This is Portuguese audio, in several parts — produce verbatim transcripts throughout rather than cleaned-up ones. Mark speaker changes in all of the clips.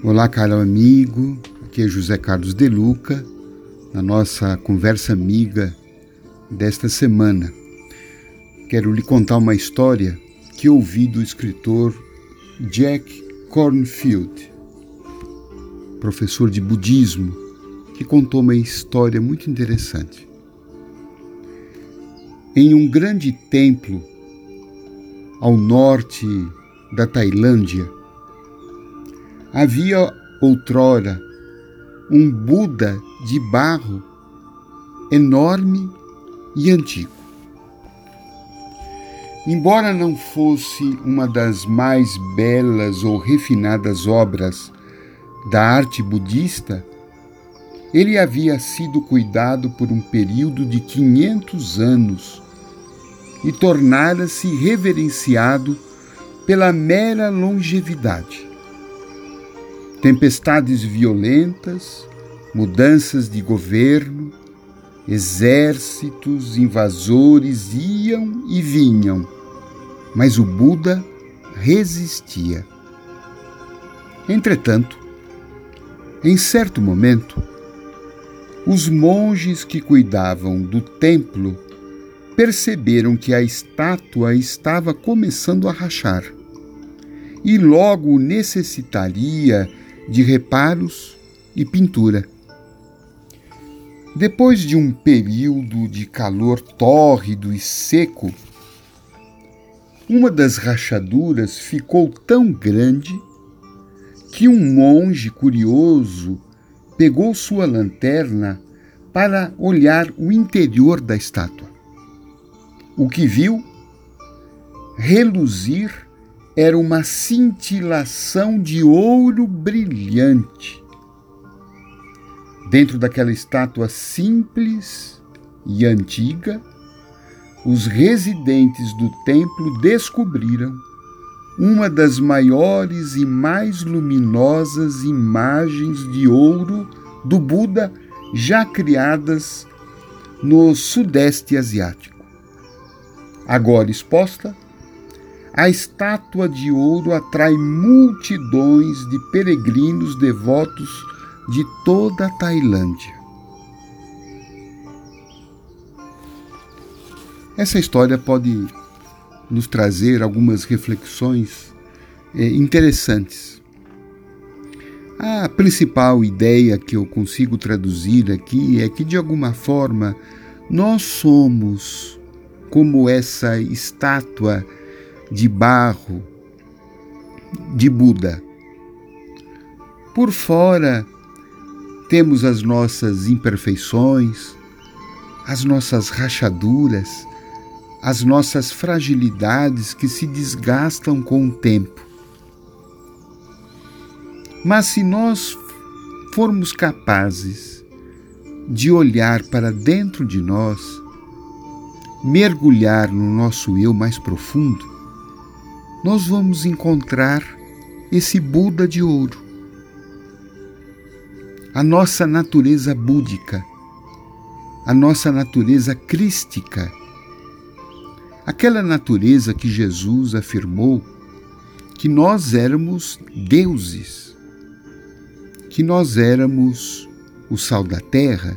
Speaker 1: Olá, caro amigo, aqui é José Carlos De Luca, na nossa conversa amiga desta semana. Quero lhe contar uma história que ouvi do escritor Jack Kornfield, professor de budismo, que contou uma história muito interessante. Em um grande templo ao norte da Tailândia, havia outrora um Buda de barro enorme e antigo. Embora não fosse uma das mais belas ou refinadas obras da arte budista, ele havia sido cuidado por um período de quinhentos anos e tornara-se reverenciado pela mera longevidade. Tempestades violentas, mudanças de governo, exércitos, invasores iam e vinham, mas o Buda resistia. Entretanto, em certo momento, os monges que cuidavam do templo perceberam que a estátua estava começando a rachar e logo necessitaria de reparos e pintura. Depois de um período de calor tórrido e seco, uma das rachaduras ficou tão grande que um monge curioso pegou sua lanterna para olhar o interior da estátua. O que viu reluzir era uma cintilação de ouro brilhante. Dentro daquela estátua simples e antiga, os residentes do templo descobriram uma das maiores e mais luminosas imagens de ouro do Buda já criadas no Sudeste Asiático. Agora exposta, a estátua de ouro atrai multidões de peregrinos devotos de toda a Tailândia. Essa história pode nos trazer algumas reflexões eh, interessantes. A principal ideia que eu consigo traduzir aqui é que, de alguma forma, nós somos como essa estátua de barro de Buda. Por fora, temos as nossas imperfeições, as nossas rachaduras, as nossas fragilidades que se desgastam com o tempo. Mas se nós formos capazes de olhar para dentro de nós, mergulhar no nosso eu mais profundo, nós vamos encontrar esse Buda de ouro. A nossa natureza búdica, a nossa natureza crística, aquela natureza que Jesus afirmou que nós éramos deuses, que nós éramos o sal da terra,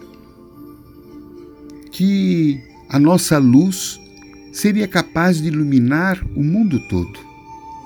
Speaker 1: que a nossa luz seria capaz de iluminar o mundo todo.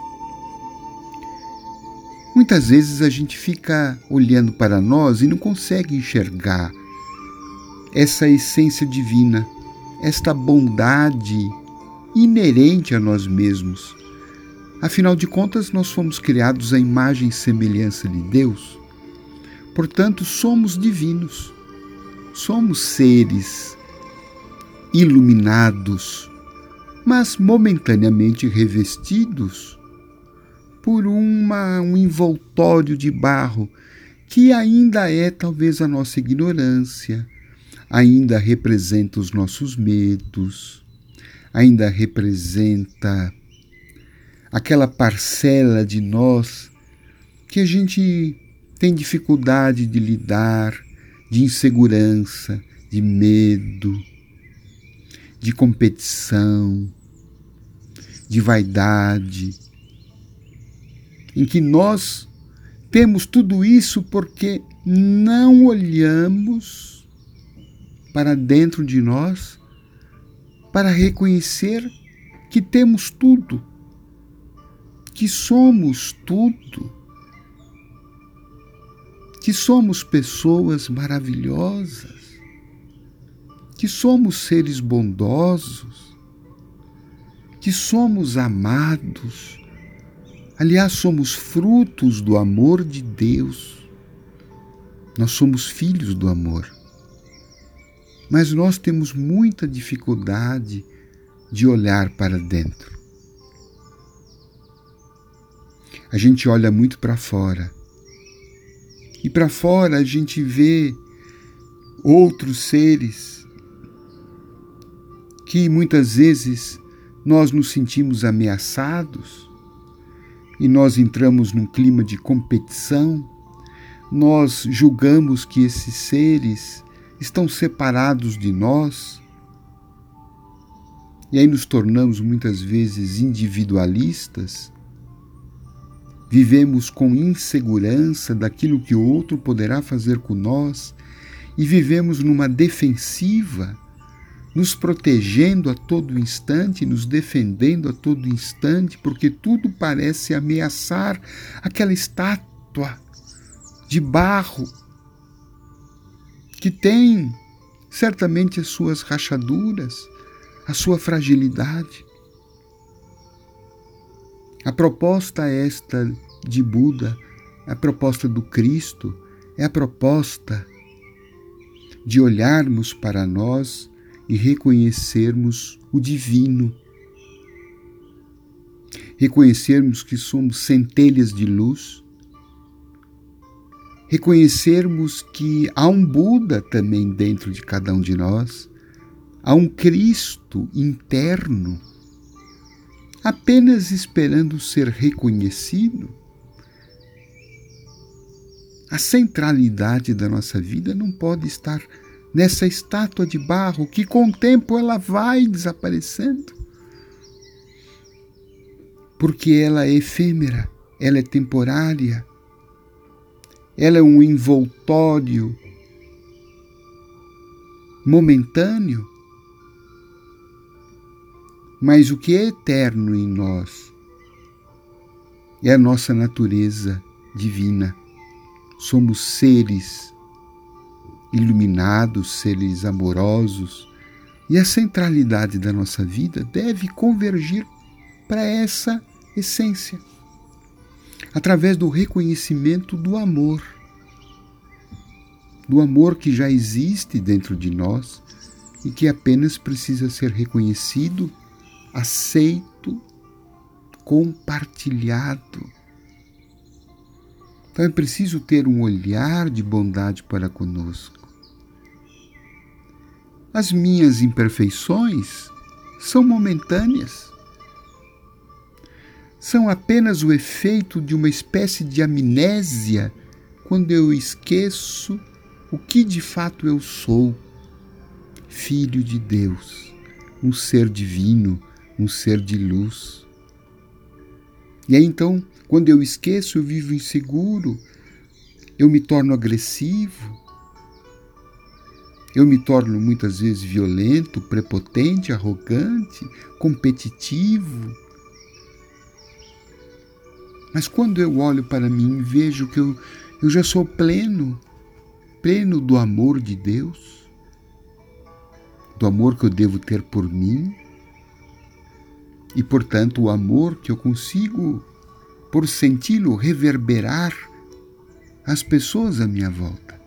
Speaker 1: Muitas vezes a gente fica olhando para nós e não consegue enxergar essa essência divina, esta bondade inerente a nós mesmos. Afinal de contas, nós fomos criados à imagem e semelhança de Deus. Portanto, somos divinos. Somos seres iluminados, mas momentaneamente revestidos por uma, um envoltório de barro que ainda é talvez a nossa ignorância, ainda representa os nossos medos, ainda representa aquela parcela de nós que a gente tem dificuldade de lidar, de insegurança, de medo, de competição, de vaidade, em que nós Temos tudo isso porque não olhamos para dentro de nós para reconhecer que temos tudo, que somos tudo, que somos pessoas maravilhosas, que somos seres bondosos, que somos amados. Aliás, somos frutos do amor de Deus. Nós somos filhos do amor. Mas nós temos muita dificuldade de olhar para dentro. A gente olha muito para fora. E para fora a gente vê outros seres que muitas vezes nós nos sentimos ameaçados e nós entramos num clima de competição. Nós julgamos que esses seres estão separados de nós e aí nos tornamos muitas vezes individualistas. Vivemos com insegurança daquilo que o outro poderá fazer com nós e vivemos numa defensiva, nos protegendo a todo instante, nos defendendo a todo instante, porque tudo parece ameaçar aquela estátua de barro que tem certamente as suas rachaduras, a sua fragilidade. A proposta esta de Buda, a proposta do Cristo, é a proposta de olharmos para nós e reconhecermos o divino. Reconhecermos que somos centelhas de luz. Reconhecermos que há um Buda também dentro de cada um de nós. Há um Cristo interno, apenas esperando ser reconhecido. A centralidade da nossa vida não pode estar nessa estátua de barro que com o tempo ela vai desaparecendo. Porque ela é efêmera, ela é temporária, ela é um envoltório momentâneo. Mas o que é eterno em nós é a nossa natureza divina. Somos seres iluminados, seres amorosos, e a centralidade da nossa vida deve convergir para essa essência, através do reconhecimento do amor, do amor que já existe dentro de nós e que apenas precisa ser reconhecido, aceito, compartilhado. Então é preciso ter um olhar de bondade para conosco. As minhas imperfeições são momentâneas. São apenas o efeito de uma espécie de amnésia quando eu esqueço o que de fato eu sou. Filho de Deus, um ser divino, um ser de luz. E aí então, quando eu esqueço, eu vivo inseguro, eu me torno agressivo, eu me torno muitas vezes violento, prepotente, arrogante, competitivo. Mas quando eu olho para mim e vejo que eu, eu já sou pleno, pleno do amor de Deus, do amor que eu devo ter por mim, e, portanto, o amor que eu consigo, por senti-lo, reverberar às pessoas à minha volta.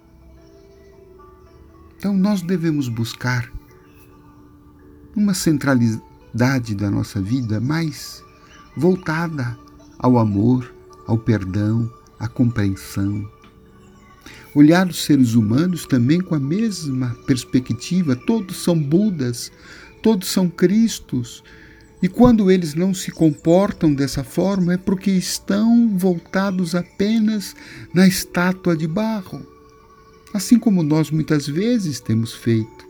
Speaker 1: Então, nós devemos buscar uma centralidade da nossa vida mais voltada ao amor, ao perdão, à compreensão. Olhar os seres humanos também com a mesma perspectiva. Todos são Budas, todos são Cristos. E quando eles não se comportam dessa forma é porque estão voltados apenas na estátua de barro, assim como nós muitas vezes temos feito.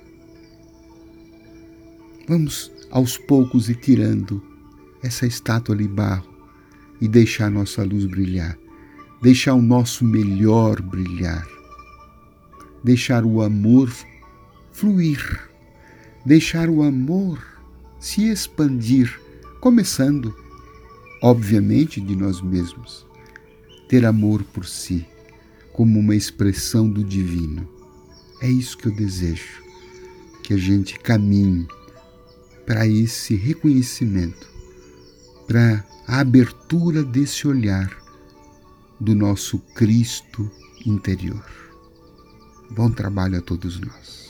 Speaker 1: Vamos aos poucos ir tirando essa estátua de barro e deixar nossa luz brilhar. deixar o nosso melhor brilhar, deixar o amor fluir, deixar o amor se expandir, começando, obviamente, de nós mesmos. Ter amor por si, como uma expressão do divino. É isso que eu desejo, que a gente caminhe para esse reconhecimento, para a abertura desse olhar do nosso Cristo interior. Bom trabalho a todos nós.